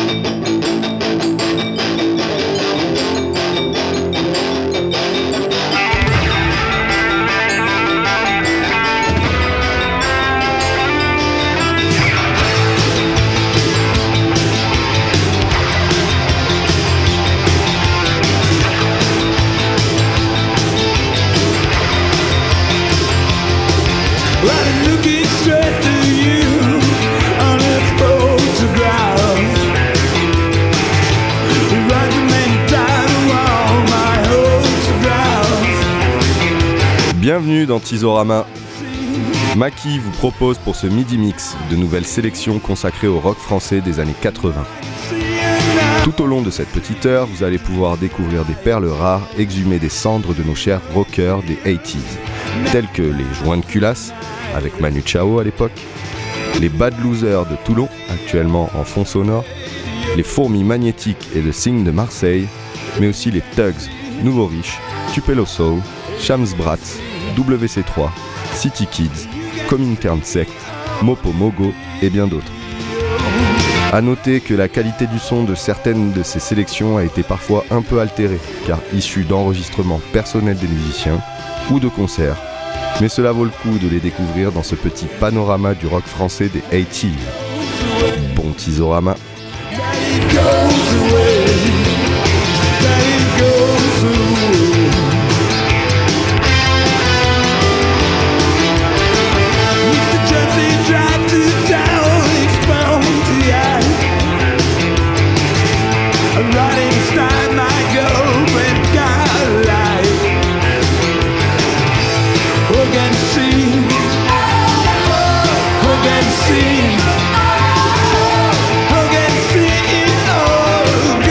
Bienvenue dans Tizorama. Maki vous propose pour ce Midi Mix de nouvelles sélections consacrées au rock français des années 80. Tout au long de cette petite heure, vous allez pouvoir découvrir des perles rares exhumées des cendres de nos chers rockers des 80s, tels que les Joints de Culasse, avec Manu Chao à l'époque, les Bad Losers de Toulon, actuellement en fond sonore, les Fourmis Magnétiques et The Sign de Marseille, mais aussi les Tugs, Nouveau Riche, Tupelo Soul, Shams Bratz, WC3, City Kids, Comintern Sect, Mopo Mogo et bien d'autres. A noter que la qualité du son de certaines de ces sélections a été parfois un peu altérée, car issue d'enregistrements personnels des musiciens ou de concerts. Mais cela vaut le coup de les découvrir dans ce petit panorama du rock français des 80s. Bon Tizorama. Who can see it all?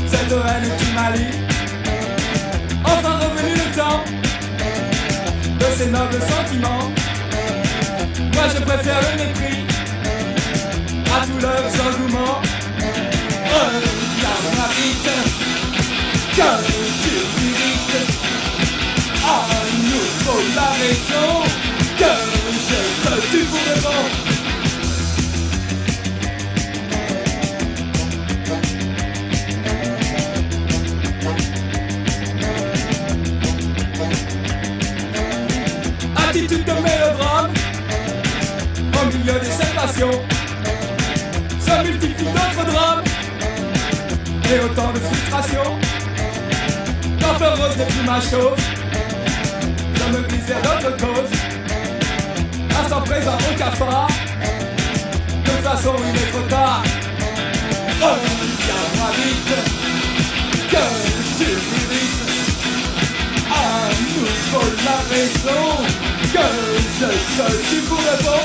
cette haine qui m'allie. Enfin revenu le temps de ces nobles sentiments. Moi je préfère le mépris à tous leurs engouements. Regarde-moi vite, que tu mérites. Ah, nous faut la raison, que je te tue pour de bon. Attitude de mélodrame au milieu des sept passions. Se multiplient d'autres drames et autant de frustrations. L'empereur n'est plus ma chose. Je me glisse vers d'autres causes. Instant présent au cafard. De toute façon il est trop tard. Oh, viens-moi vite, que tu mérites. Ah, nous faut la raison, que je te tue pour le bon.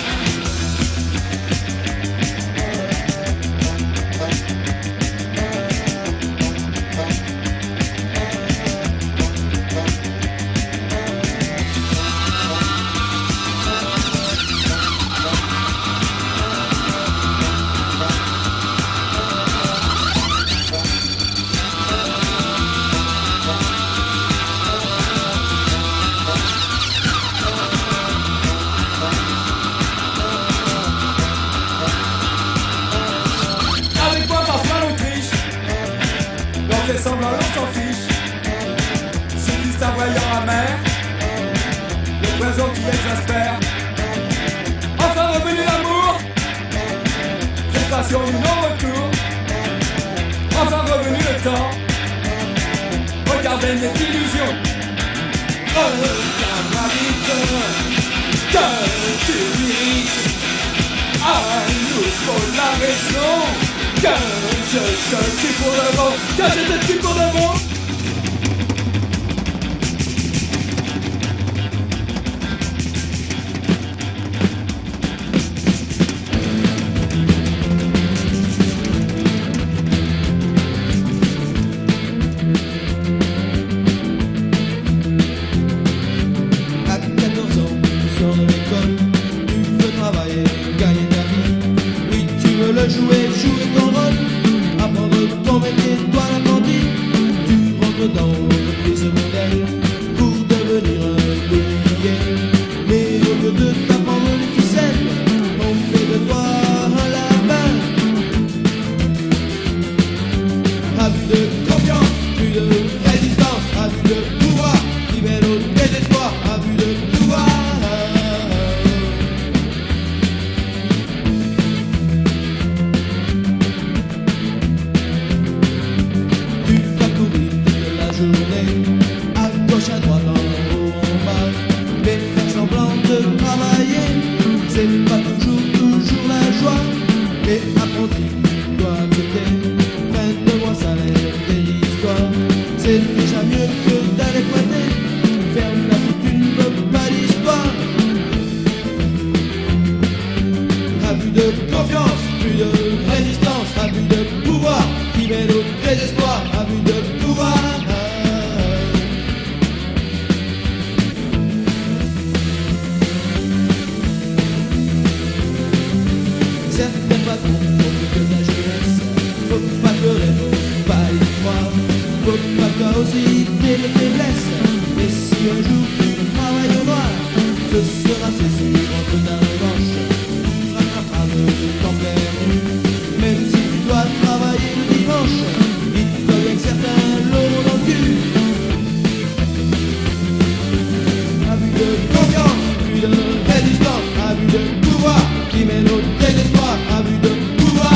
Semblant l'on s'en fiche. Subsiste un voyant amer, le poison qui exaspère. Enfin revenu l'amour, gestation du non-retour. Enfin revenu le temps, regardez mes illusions. Regarde-moi vite, que tu mérites. Ah, nous faut la raison, que je te tue pour le bon, que je te tue pour le bon. À 14 ans, tu sors de l'école, tu veux travailler, gagner ta vie. Oui, tu veux le jouer ton rôle. Apprendre ton métier, toi l'apprenti. Tu rentres dans l'entreprise secondaire pour devenir un ouvrier. Mais au lieu de t'apprendre les ficelles, on fait de toi un lapin. Abus de confiance, plus de résistance. Abus de pouvoir, qui mène au désespoir. Abus de pouvoir. À gauche, à droite, en haut, en bas. Mais faire semblant de travailler, c'est pas toujours la joie. Mais apprenti, dois accepter, fin de mois salaire dérisoire. C'est déjà mieux que d'aller pointer. Ferme la bouche, tu ne veux pas l'histoire. Abus de confiance, plus de résistance. Abus de pouvoir, qui mène au désespoir. Abus de pouvoir. Certains patrons font que ta jeunesse. Faut pas pleurer, faut pas y croire. Faut pas toi aussi tes faiblesses. Et si un jour tu travailles au noir, ce sera c'est sûr entre ta revanche. Tu rattraperas de ton permis. Même si tu dois travailler le dimanche, il te faut bien que certains l'auront dans le cul. Abus de confiance, plus de résistance. Abus de pouvoir, qui mène au désespoir. Abus de pouvoir.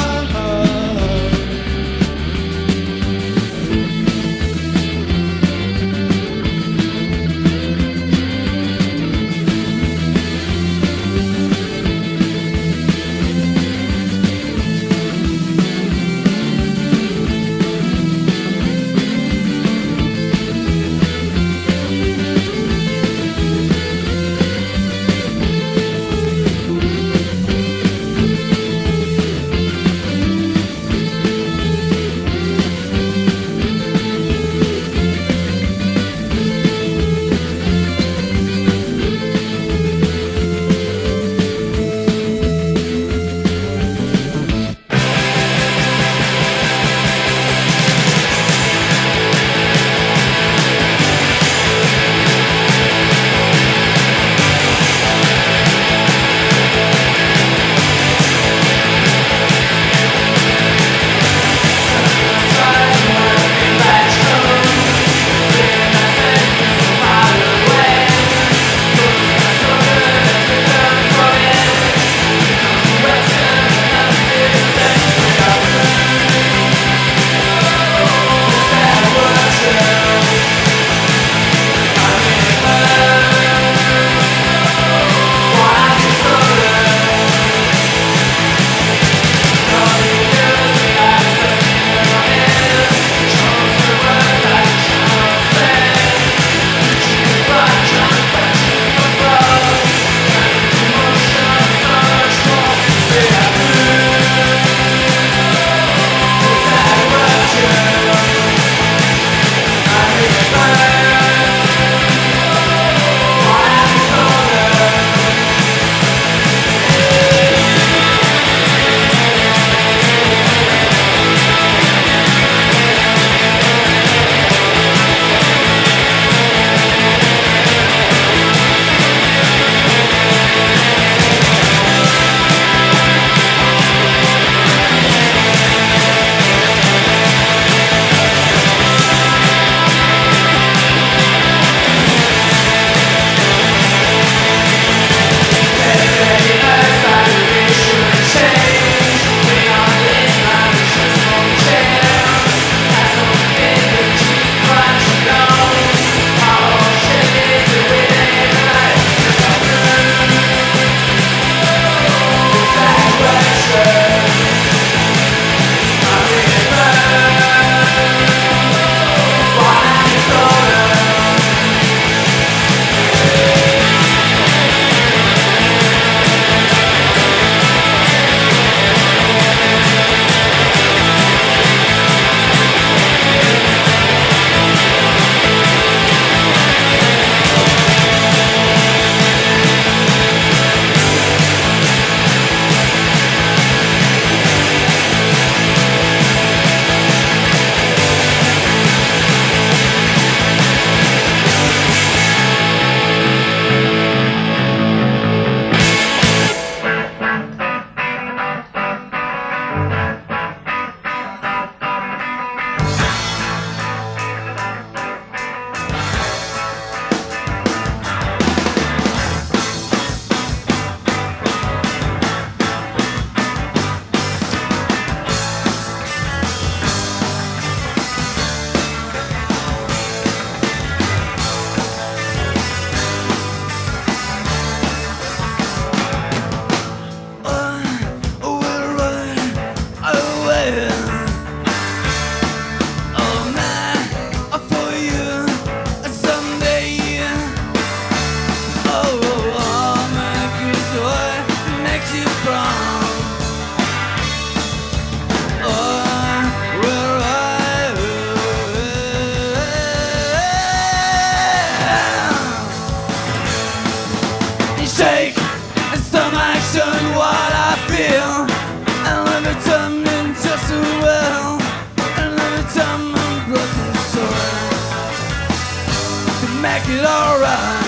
make it alright.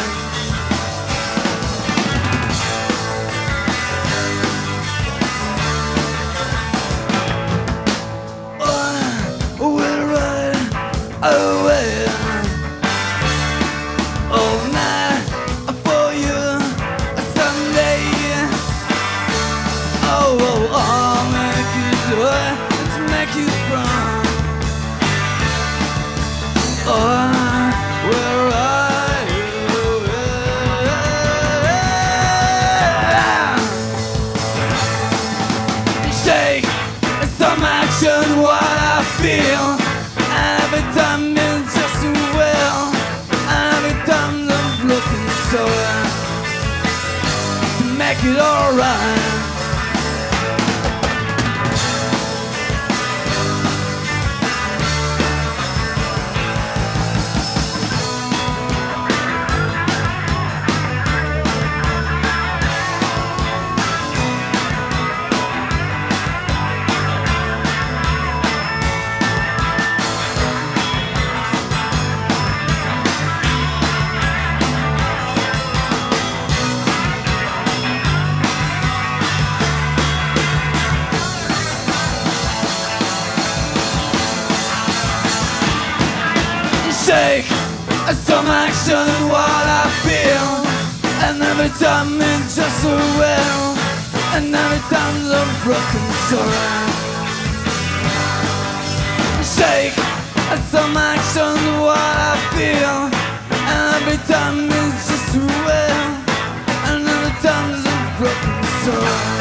We'll ride away all night for you someday. Oh, I'll make it to make you proud. We'll ride away. Shake some action while I feel. Every time it's just too well. Every time I'm looking so to make it alright. Take some action while I feel. And every time it's just so well. And every time I'm broken so right. Take some action while I feel. And every time it's just so well. And every time I'm broken so right.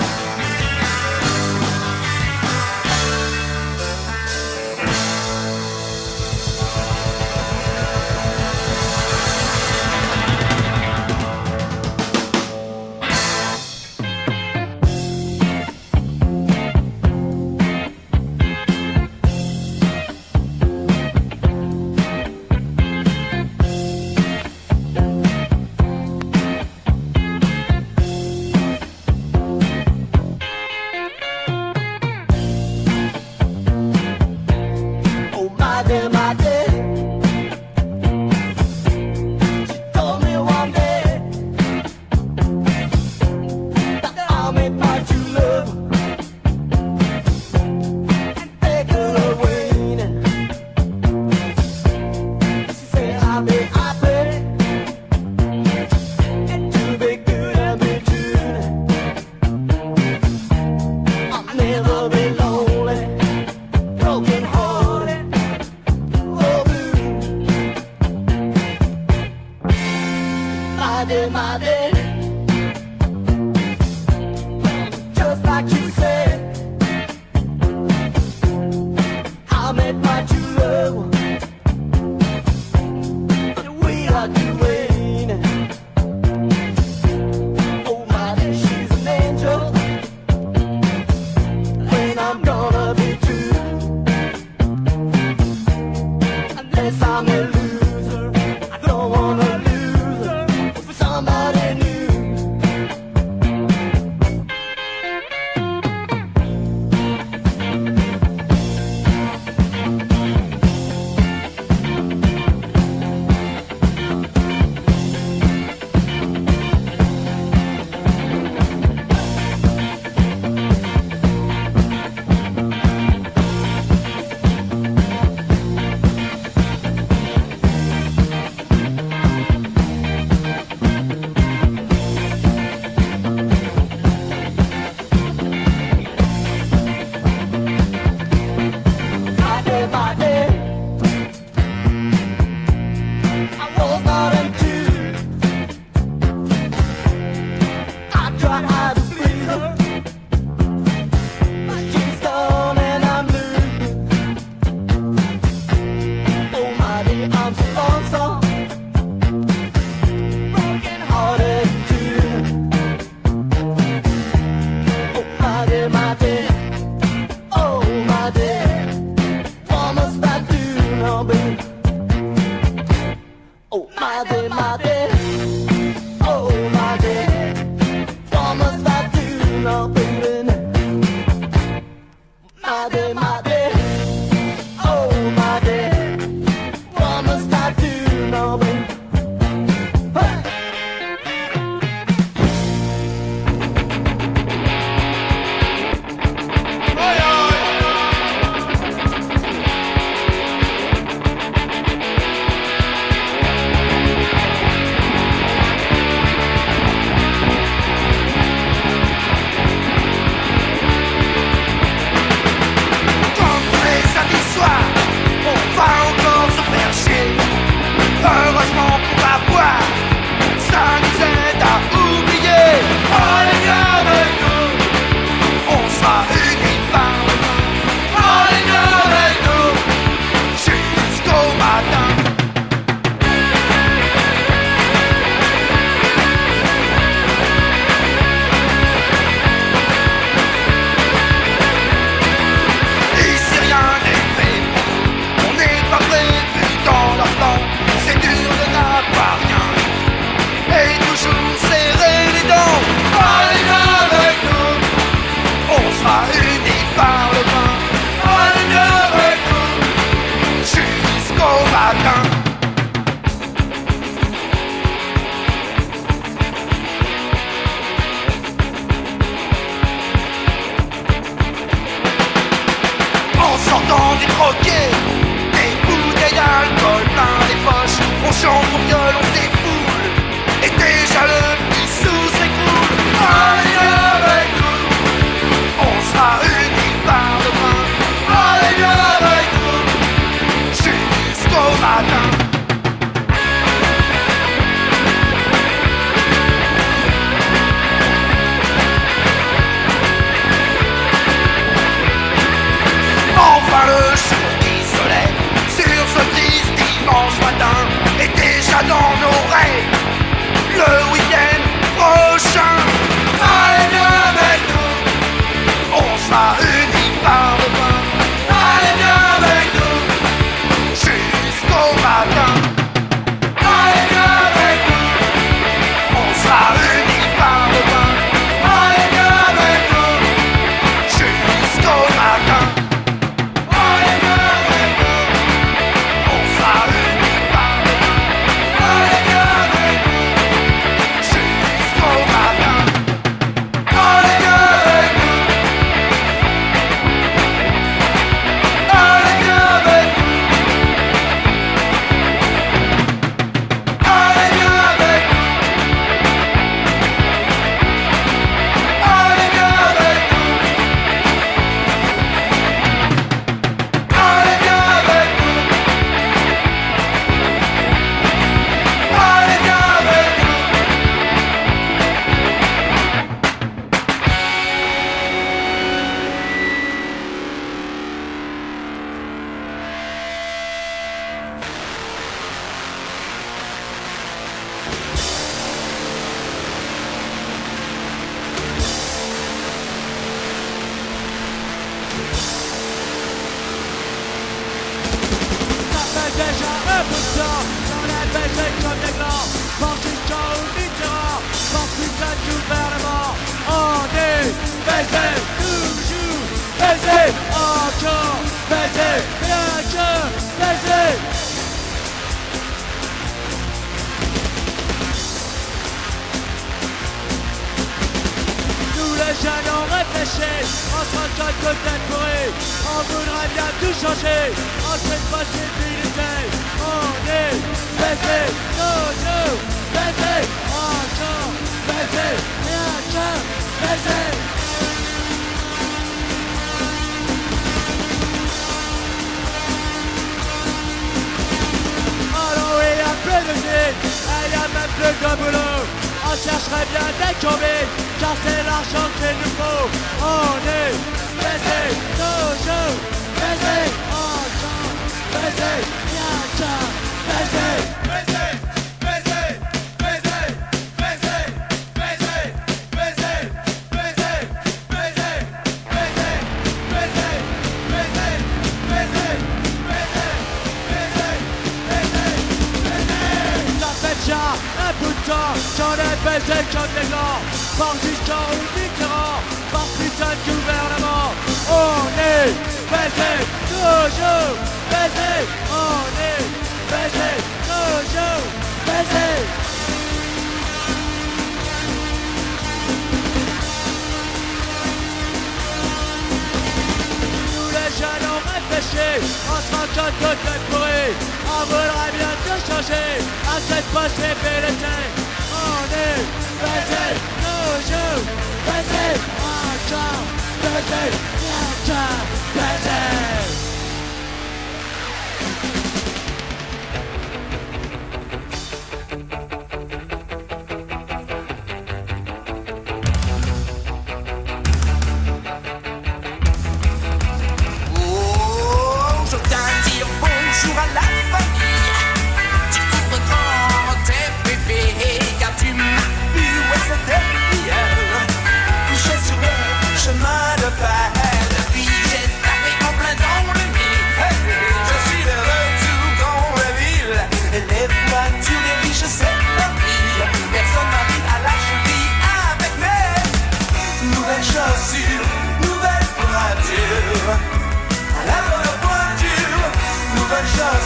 matin. En sortant du troquet, des bouteilles d'alcool plein les poches, on chante au violon, on défoule, et déjà le petit sou s'écroule. Allez avec nous, on sera unis par le vin. Allez avec nous, jusqu'au matin. Enfin le jour qui se lève sur ce triste dimanche matin, et déjà dans nos rêves le week-end prochain. Allez viens avec nous, on sera unis par le vin. Allez viens avec nous, jusqu'au matin. Allez viens avec nous, on sera unis par le vin. Allez viens avec nous, jusqu'au matin. Déjà un peu de temps dans la baissée comme des glands. Francisco ou Mitterrand, sans putain de gouvernement. On est baisé, toujours baisé, encore baisé, rien que baisé. Nous les jeunes on réfléchit, on se rend compte que peut-être pourri. On voudrait bien tout changer, on se fait possibilité. On est baisé, toujours baisé, encore baisé, rien que baisé. Alors il y a plus de musique, et il y a même plus de boulot. On chercherait bien des combines, car c'est l'argent qu'il nous faut. On est baisé, toujours baisé, encore baisé, rien que baisé. Baisé, baisé, baisé, baisé, baisé, baisé, baisé, baisé, baisé, baisé, baisé, baisé, baisé. Ça fait déjà un bout de temps j'en ai baisé comme des glands. Francisco ou Mitterrand, par putain de gouvernement. On est baisé, toujours baisé. On est baisé, toujours baisé. Nous les jeunes on réfléchit, on se rend compte que c'est pourri. On voudrait bien tout changer à cette possibilité. On est baisé, toujours baisé, encore baisé, rien que baisé. Je viens dire bonjour à la famille. Tu ouvres grand tes bébés, car tu m'as vu, ouais c'était hier. Couché sur le chemin de fer, depuis j'ai tapé en plein dans le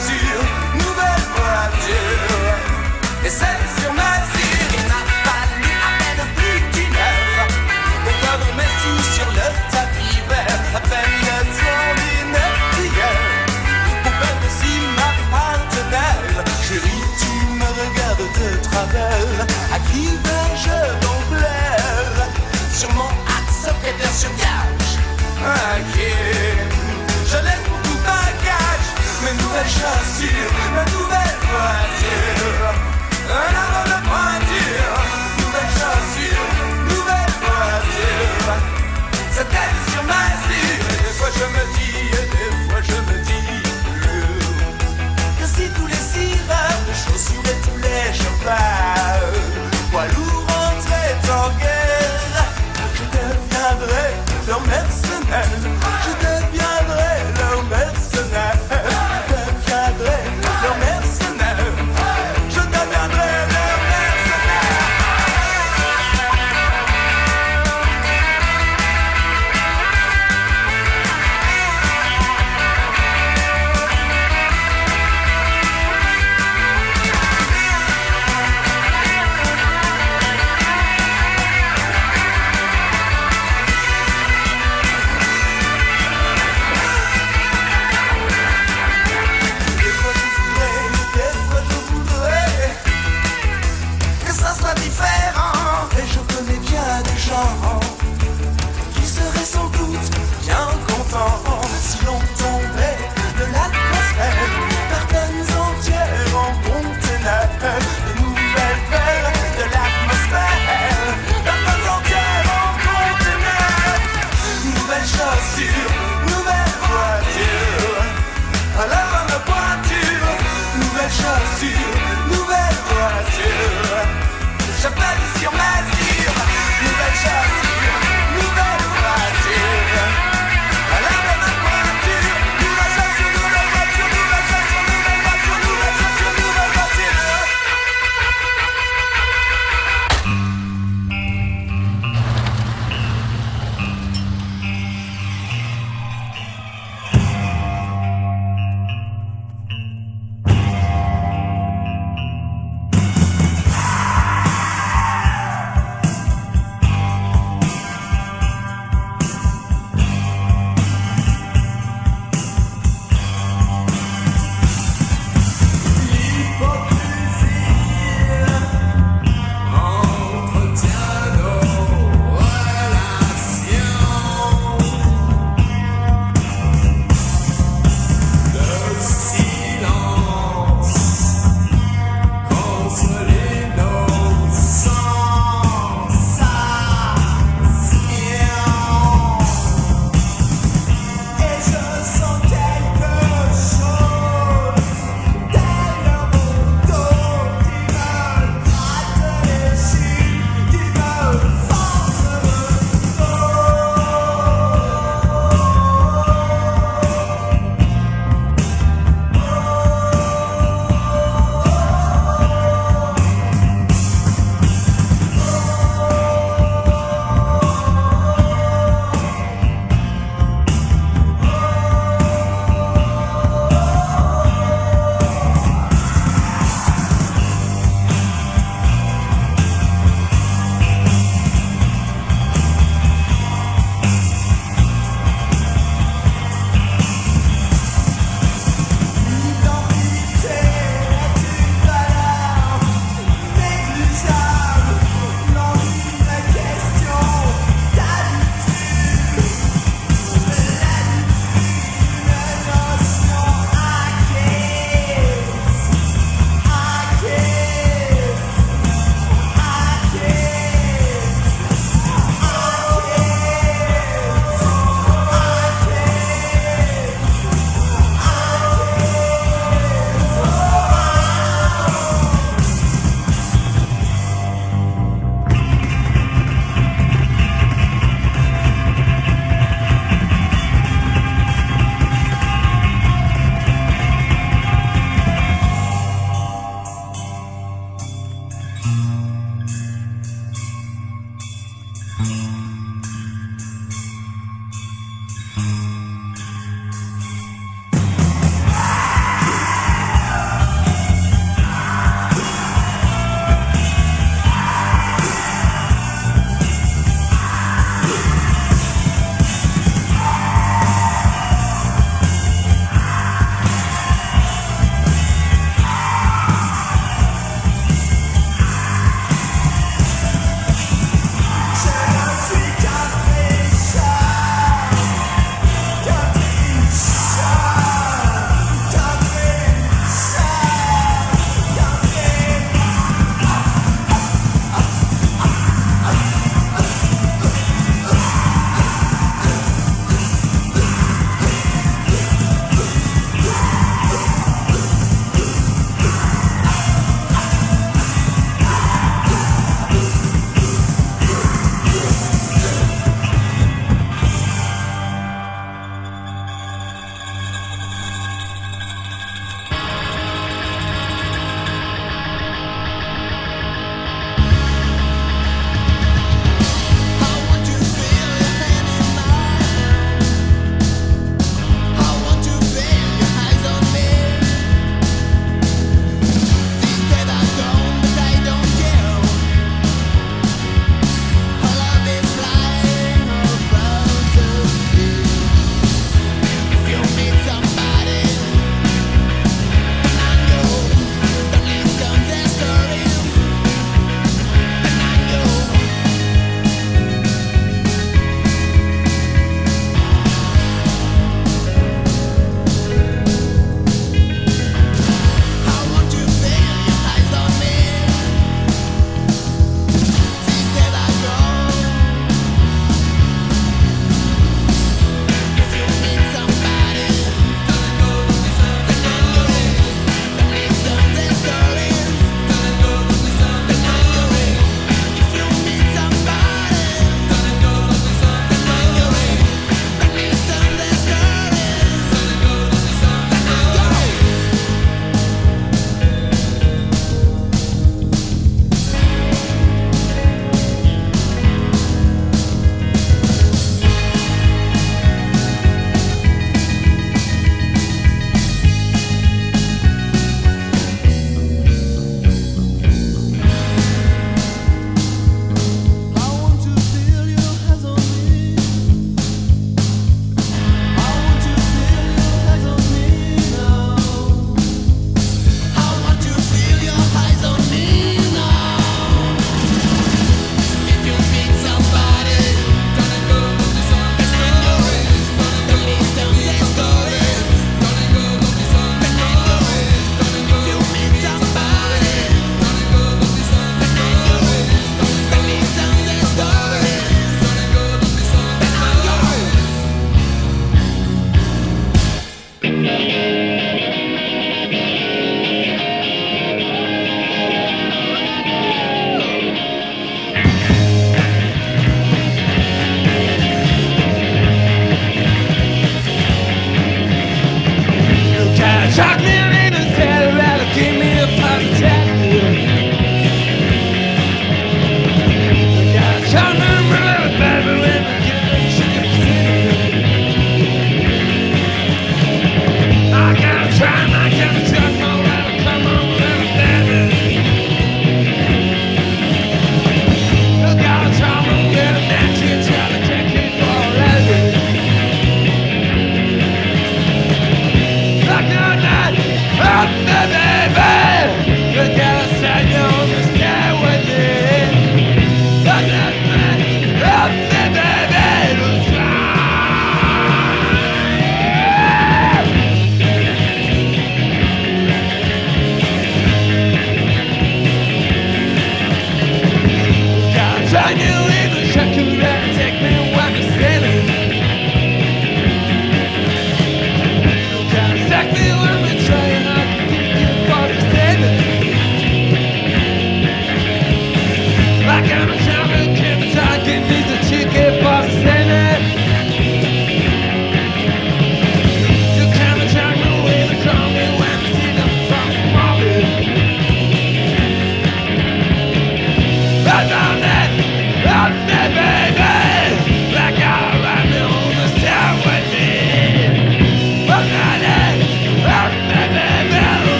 chaussures, nouvelle voiture. Et celle sur Mazir, il m'a fallu à peine plus d'une heure pour perdre mes sous sur le tapis vert. À peine le temps d'une prière pour perdre aussi ma partenaire. Chérie, tu me regardes de travers. À qui vais-je donc plaire? Sur mon axe, secrétaire sur gage. À qui? Je laisse pour tout bagage mes nouvelles chaussures, ma nouvelle voiture. Un arbre de pointure, nouvelle chaussure, nouvelle voiture. C'est elle sur ma cire. Et des fois je me dis, et des fois je me dis que si tous les cireurs de chaussures et tous les chauffeurs poids lourds entraient en guerre, je deviendrai leur mercenaire. Je deviendrai leur mercenaire. Je deviendrai leur mercenaire. Je deviendrai leur mercenaire.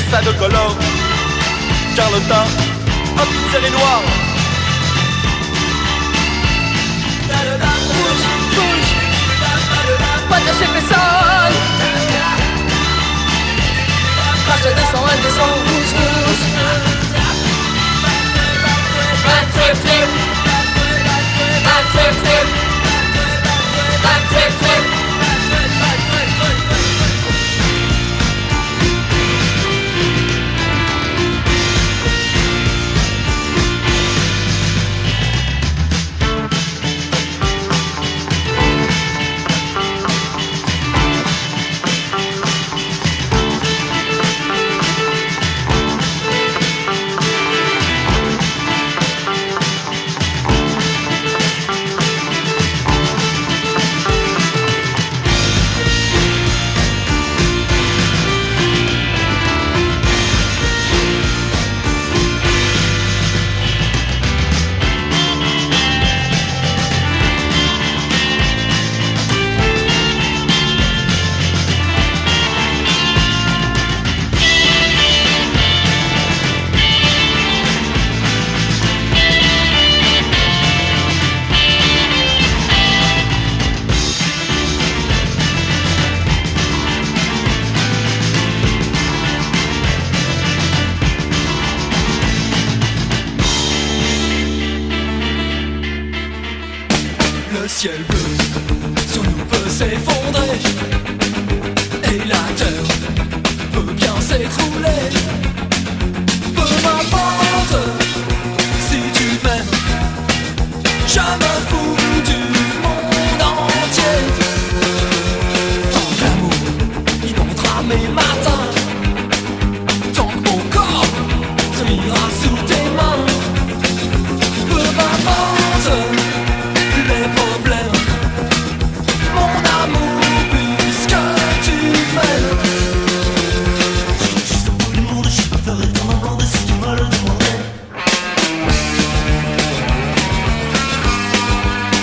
ça de color. Carlotta, hop, serré noir. Bouge, bouge, pas de chef et sol. Crache, descend, elle descend, rouge, rouge. Un trip, trip. Un trip, trip. Un trip, trip. Le ciel bleu sous nous peut s'effondrer et la terre peut bien s'écrouler. Peu m'importe si tu m'aimes, je me fous du monde entier. Tant que l'amour inondera mes matins, tant que mon corps se ira sous tes mains. Peu m'importe les problèmes, mon amour, puisque tu m'aimes. Je suis sur tout le monde, je suis pas ferai ton nom de si tu me le demandais.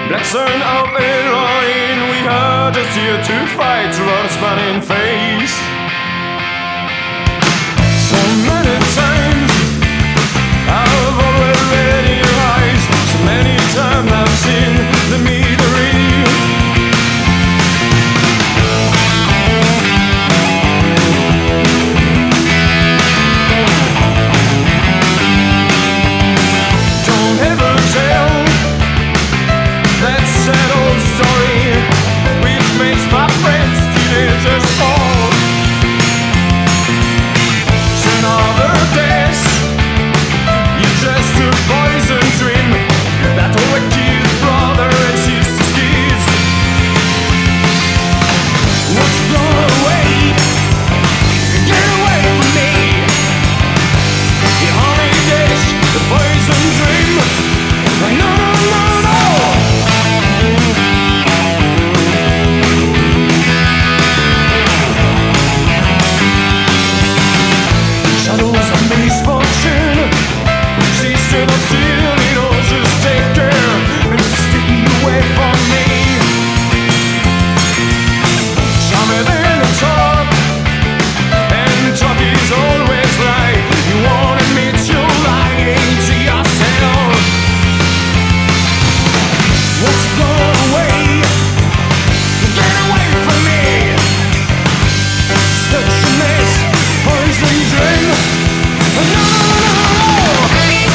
Black son of heroin, we are just here to fight, to run a smiling face. So many times I've already your eyes, so many times I've seen the misery. Don't ever tell that sad old story which makes my friends teenagers fall. Turn other days, you're just a poison dream that always kills brother and sister's kids. What's blown away? Get away from me. The honey days, the poison dream. No, no, no, no. Shadows of misfortune, sister of still, it all just take care and stay away from me. Sharper than the top, and talk is always right. You wanna admit you're lying to yourself. What's going away? Get away from me. Such a mess, poison dream. No, no, no, no.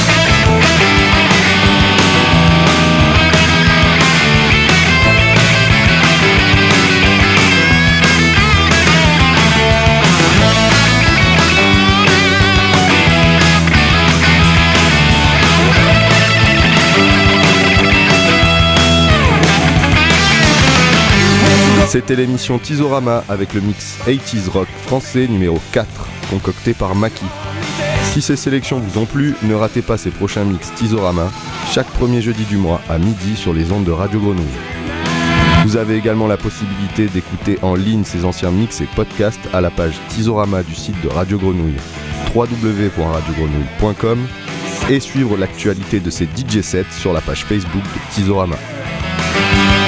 C'était l'émission Tizorama avec le mix 80s rock français numéro 4, concocté par Maki. Si ces sélections vous ont plu, ne ratez pas ces prochains mix Tizorama, chaque premier jeudi du mois à midi sur les ondes de Radio Grenouille. Vous avez également la possibilité d'écouter en ligne ces anciens mix et podcasts à la page Tizorama du site de Radio Grenouille, www.radiogrenouille.com, et suivre l'actualité de ces DJ sets sur la page Facebook de Tizorama.